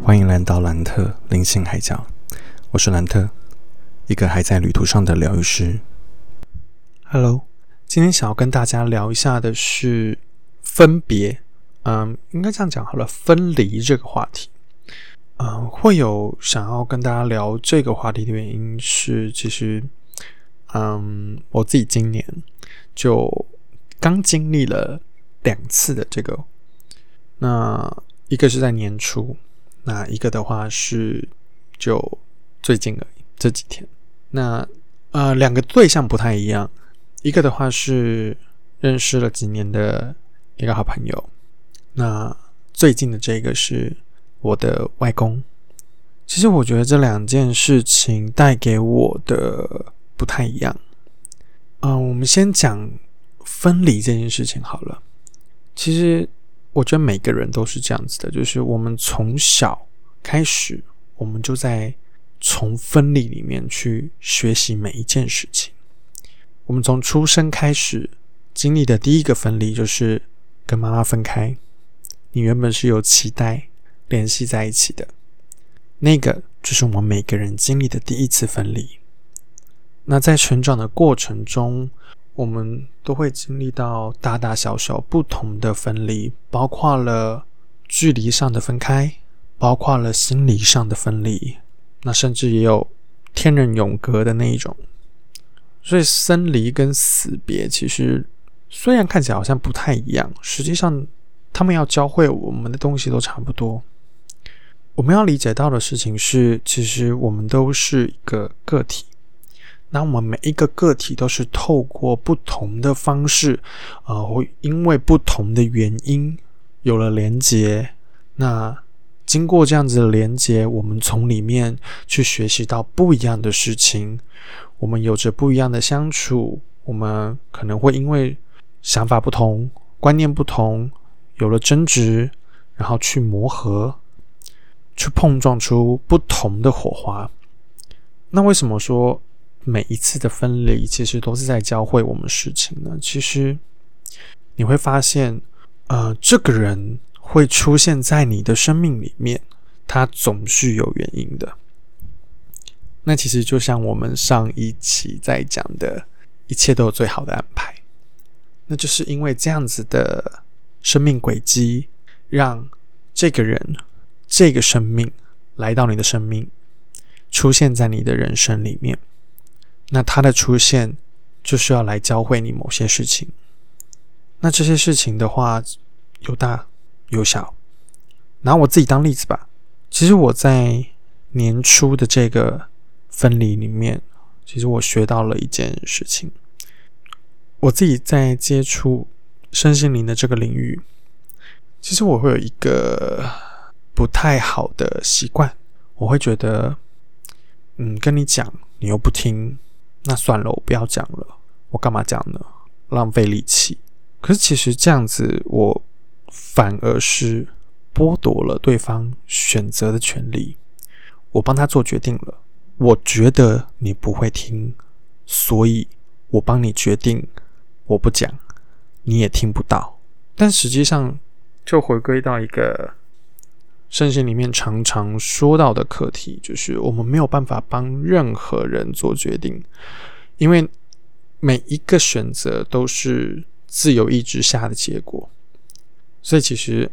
欢迎来到兰特灵性海角，我是兰特，一个还在旅途上的疗愈师。Hello， 今天想要跟大家聊一下的是分别，应该这样讲好了，分离这个话题。会有想要跟大家聊这个话题的原因是，其实，我自己今年就刚经历了2次的这个，那一个是在年初。那一个的话是就最近而已，这几天。那2个对象不太一样，一个的话是认识了几年的一个好朋友，那最近的这个是我的外公。其实我觉得这2件事情带给我的不太一样。我们先讲分离这件事情好了。其实我觉得每个人都是这样子的，就是我们从小开始，我们就在从分离里面去学习每一件事情。我们从出生开始经历的第一个分离就是跟妈妈分开，你原本是有脐带联系在一起的，那个就是我们每个人经历的第一次分离。那在成长的过程中，我们都会经历到大大小小不同的分离，包括了距离上的分开，包括了心理上的分离，那甚至也有天人永隔的那一种。所以生离跟死别其实虽然看起来好像不太一样，实际上他们要教会我们的东西都差不多。我们要理解到的事情是，其实我们都是一个个体，那我们每一个个体都是透过不同的方式，会因为不同的原因有了连结。那经过这样子的连结，我们从里面去学习到不一样的事情，我们有着不一样的相处，我们可能会因为想法不同、观念不同，有了争执，然后去磨合，去碰撞出不同的火花。那为什么说每一次的分离其实都是在教会我们事情呢？其实你会发现，这个人会出现在你的生命里面，他总是有原因的。那其实就像我们上一期在讲的，一切都有最好的安排。那就是因为这样子的生命轨迹，让这个人、这个生命来到你的生命，出现在你的人生里面。那他的出现就是要来教会你某些事情。那这些事情的话，有大有小。拿我自己当例子吧。其实我在年初的这个分离里面，其实我学到了一件事情。我自己在接触身心灵的这个领域，其实我会有一个不太好的习惯，我会觉得跟你讲你又不听，那算了，我不要讲了，我干嘛讲呢？浪费力气。可是其实这样子，我反而是剥夺了对方选择的权利。我帮他做决定了，我觉得你不会听，所以我帮你决定，我不讲，你也听不到。但实际上，就回归到一个圣经里面常常说到的课题，就是我们没有办法帮任何人做决定，因为每一个选择都是自由意志下的结果。所以其实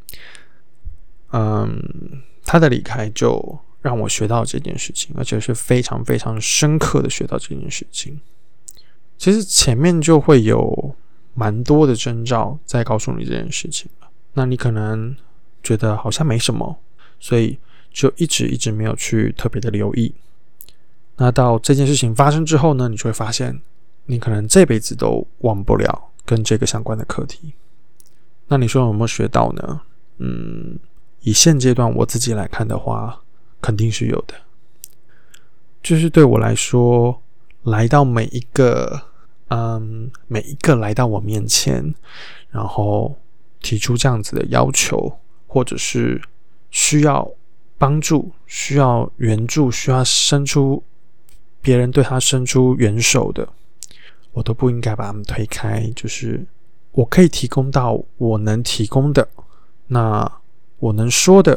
他的离开就让我学到这件事情，而且是非常非常深刻的学到这件事情。其实前面就会有蛮多的征兆在告诉你这件事情了，那你可能觉得好像没什么，所以就一直没有去特别的留意。那到这件事情发生之后呢，你就会发现你可能这辈子都忘不了跟这个相关的课题。那你说有没有学到呢？以现阶段我自己来看的话，肯定是有的。就是对我来说，来到每一个来到我面前，然后提出这样子的要求，或者是需要帮助、需要援助、需要别人对他伸出援手的，我都不应该把他们推开。就是我可以提供到我能提供的，那我能说的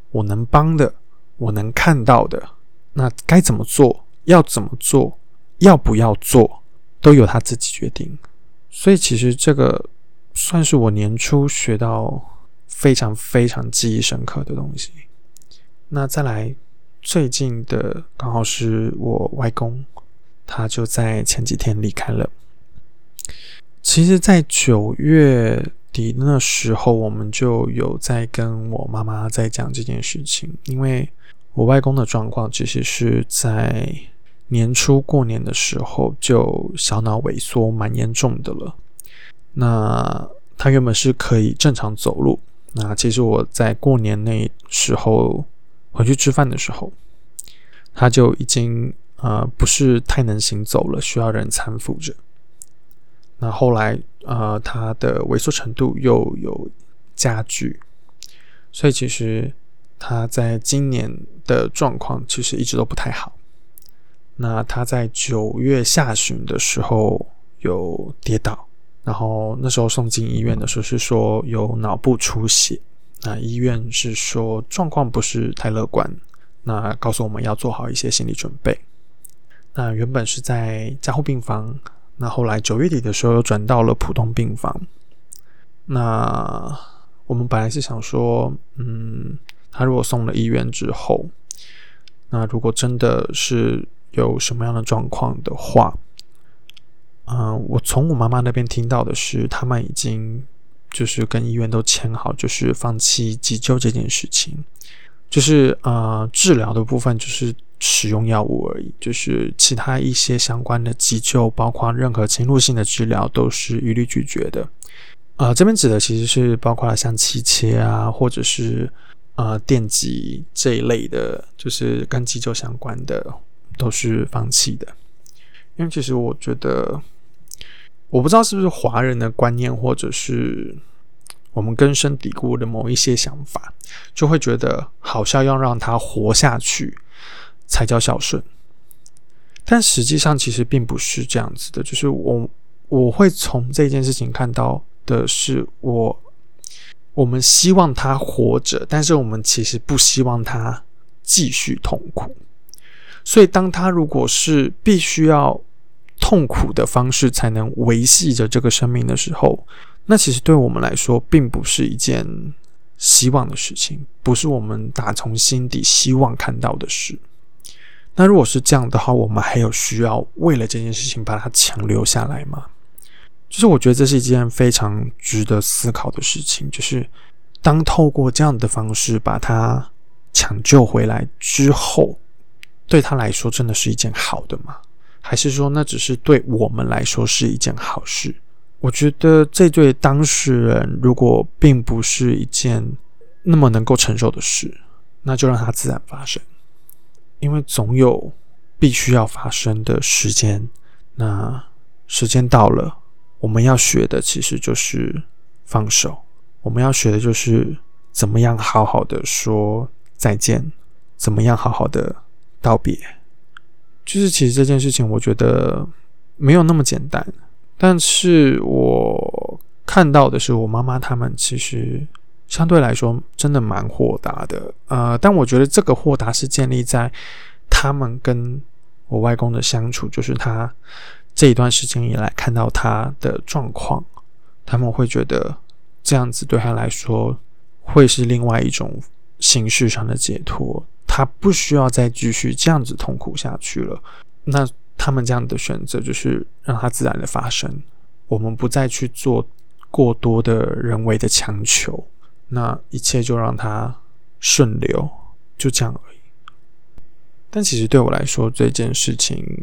我能帮的，我能看到的，那该怎么做，要怎么做，要不要做，都由他自己决定。所以其实这个算是我年初学到非常非常记忆深刻的东西。那再来最近的刚好是我外公，他就在前几天离开了。其实在9月底那时候，我们就有在跟我妈妈在讲这件事情，因为我外公的状况其实是在年初过年的时候就小脑萎缩蛮严重的了。那他原本是可以正常走路，那其实我在过年那时候回去吃饭的时候，他就已经不是太能行走了，需要人搀扶着。那后来他的萎缩程度又有加剧，所以其实他在今年的状况其实一直都不太好。那他在9月下旬的时候有跌倒，然后那时候送进医院的时候是说有脑部出血，那医院是说状况不是太乐观，那告诉我们要做好一些心理准备。那原本是在加护病房，那后来9月底的时候又转到了普通病房。那我们本来是想说他如果送了医院之后，那如果真的是有什么样的状况的话，我从我妈妈那边听到的是他们已经就是跟医院都签好，就是放弃急救这件事情，就是治疗的部分就是使用药物而已，就是其他一些相关的急救，包括任何侵入性的治疗都是一律拒绝的。这边指的其实是包括了像气切啊，或者是电击这一类的，就是跟急救相关的都是放弃的。因为其实我觉得，我不知道是不是华人的观念，或者是我们根深蒂固的某一些想法，就会觉得好像要让他活下去才叫孝顺。但实际上其实并不是这样子的，就是我会从这件事情看到的是我们希望他活着，但是我们其实不希望他继续痛苦。所以当他如果是必须要痛苦的方式才能维系着这个生命的时候，那其实对我们来说并不是一件希望的事情，不是我们打从心底希望看到的事。那如果是这样的话，我们还有需要为了这件事情把它强留下来吗？就是我觉得这是一件非常值得思考的事情，就是当透过这样的方式把它抢救回来之后，对他来说真的是一件好的吗？还是说那只是对我们来说是一件好事？我觉得这对当事人如果并不是一件那么能够承受的事，那就让它自然发生，因为总有必须要发生的时间。那时间到了，我们要学的其实就是放手，我们要学的就是怎么样好好的说再见，怎么样好好的道别。就是其实这件事情我觉得没有那么简单，但是我看到的是我妈妈他们其实相对来说真的蛮豁达的，但我觉得这个豁达是建立在他们跟我外公的相处，就是他这一段时间以来看到他的状况，他们会觉得这样子对他来说会是另外一种形式上的解脱，他不需要再继续这样子痛苦下去了。那他们这样的选择就是让它自然的发生，我们不再去做过多的人为的强求，那一切就让它顺流，就这样而已。但其实对我来说这件事情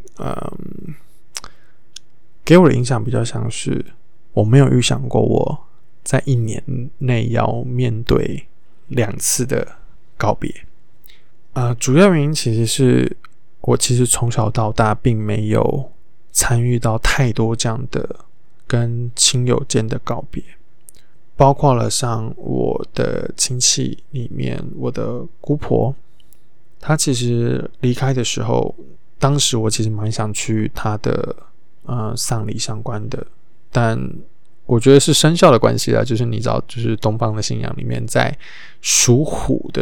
给我的影响比较像是我没有预想过我在1年内要面对2次的告别。主要原因其实是我其实从小到大并没有参与到太多这样的跟亲友间的告别，包括了像我的亲戚里面，我的姑婆，她其实离开的时候，当时我其实蛮想去她的丧礼相关的，但我觉得是生肖的关系啦，就是你知道，就是东方的信仰里面，在属虎的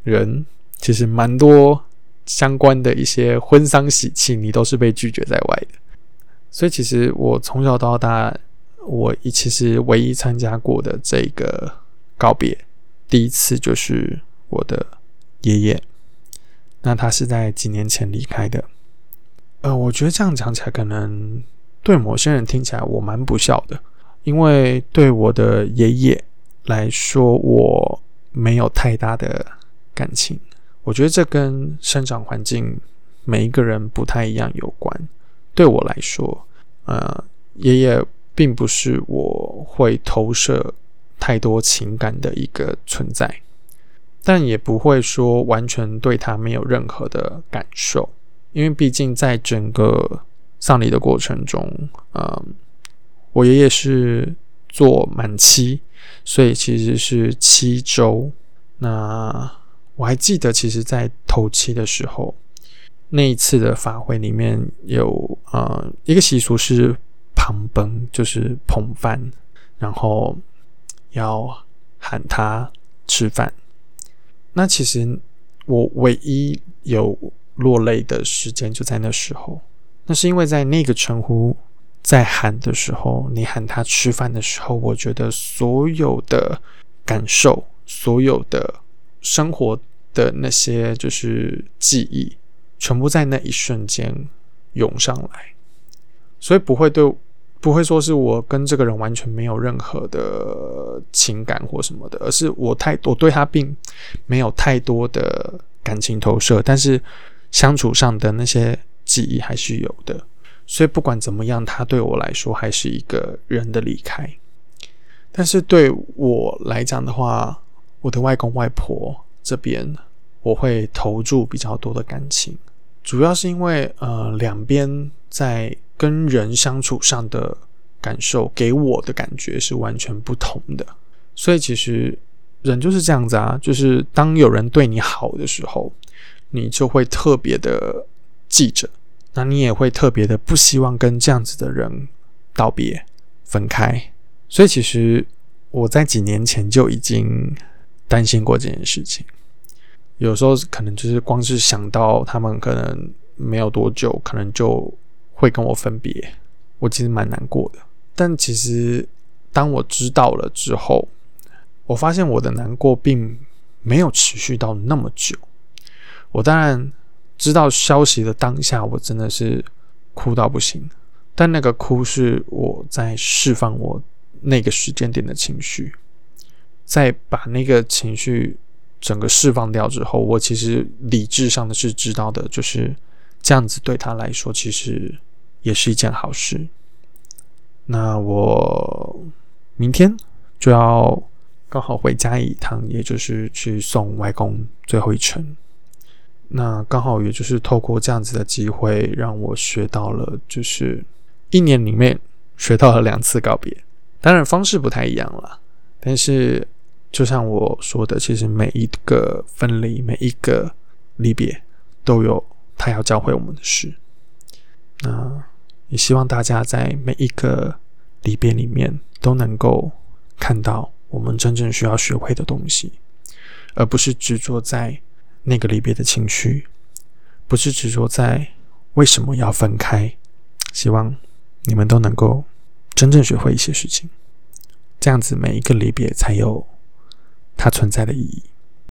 人，其实蛮多相关的一些婚丧喜庆，你都是被拒绝在外的。所以其实我从小到大，我其实唯一参加过的这个告别，第一次就是我的爷爷。那他是在几年前离开的。我觉得这样讲起来，可能对某些人听起来我蛮不孝的，因为对我的爷爷来说，我没有太大的感情。我觉得这跟生长环境每一个人不太一样有关。对我来说，爷爷并不是我会投射太多情感的一个存在，但也不会说完全对他没有任何的感受，因为毕竟在整个丧礼的过程中，我爷爷是做满期，所以其实是7周。那我还记得，其实在头七的时候，那一次的法会里面有一个习俗是旁崩，就是捧饭，然后要喊他吃饭。那其实我唯一有落泪的时间就在那时候，那是因为在那个称呼在喊的时候，你喊他吃饭的时候，我觉得所有的感受，所有的生活的那些就是记忆，全部在那一瞬间涌上来，所以不会说是我跟这个人完全没有任何的情感或什么的，而是我对他并没有太多的感情投射，但是相处上的那些记忆还是有的。所以不管怎么样，他对我来说还是一个人的离开。但是对我来讲的话，我的外公外婆这边我会投注比较多的感情，主要是因为两边在跟人相处上的感受给我的感觉是完全不同的。所以其实人就是这样子啊，就是当有人对你好的时候，你就会特别的记着，那你也会特别的不希望跟这样子的人道别分开。所以其实我在几年前就已经担心过这件事情，有时候可能就是光是想到他们可能没有多久可能就会跟我分别，我其实蛮难过的。但其实当我知道了之后，我发现我的难过并没有持续到那么久。我当然知道消息的当下，我真的是哭到不行，但那个哭是我在释放我那个时间点的情绪。在把那个情绪整个释放掉之后，我其实理智上的是知道的，就是这样子对他来说其实也是一件好事。那我明天就要刚好回家一趟，也就是去送外公最后一程。那刚好也就是透过这样子的机会，让我学到了，就是1年里面学到了2次告别。当然方式不太一样啦，但是就像我说的，其实每一个分离，每一个离别，都有他要教会我们的事。那也希望大家在每一个离别里面都能够看到我们真正需要学会的东西，而不是执着在那个离别的情绪，不是执着在为什么要分开。希望你们都能够真正学会一些事情，这样子每一个离别才有它存在的意义。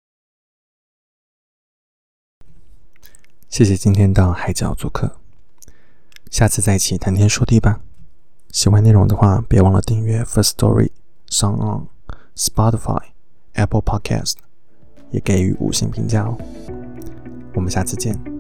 谢谢今天到海角做客，下次再一起谈天说地吧。喜欢内容的话，别忘了订阅 Firstory、SoundOn、Spotify、Apple Podcast， 也给予5星评价哦。我们下次见。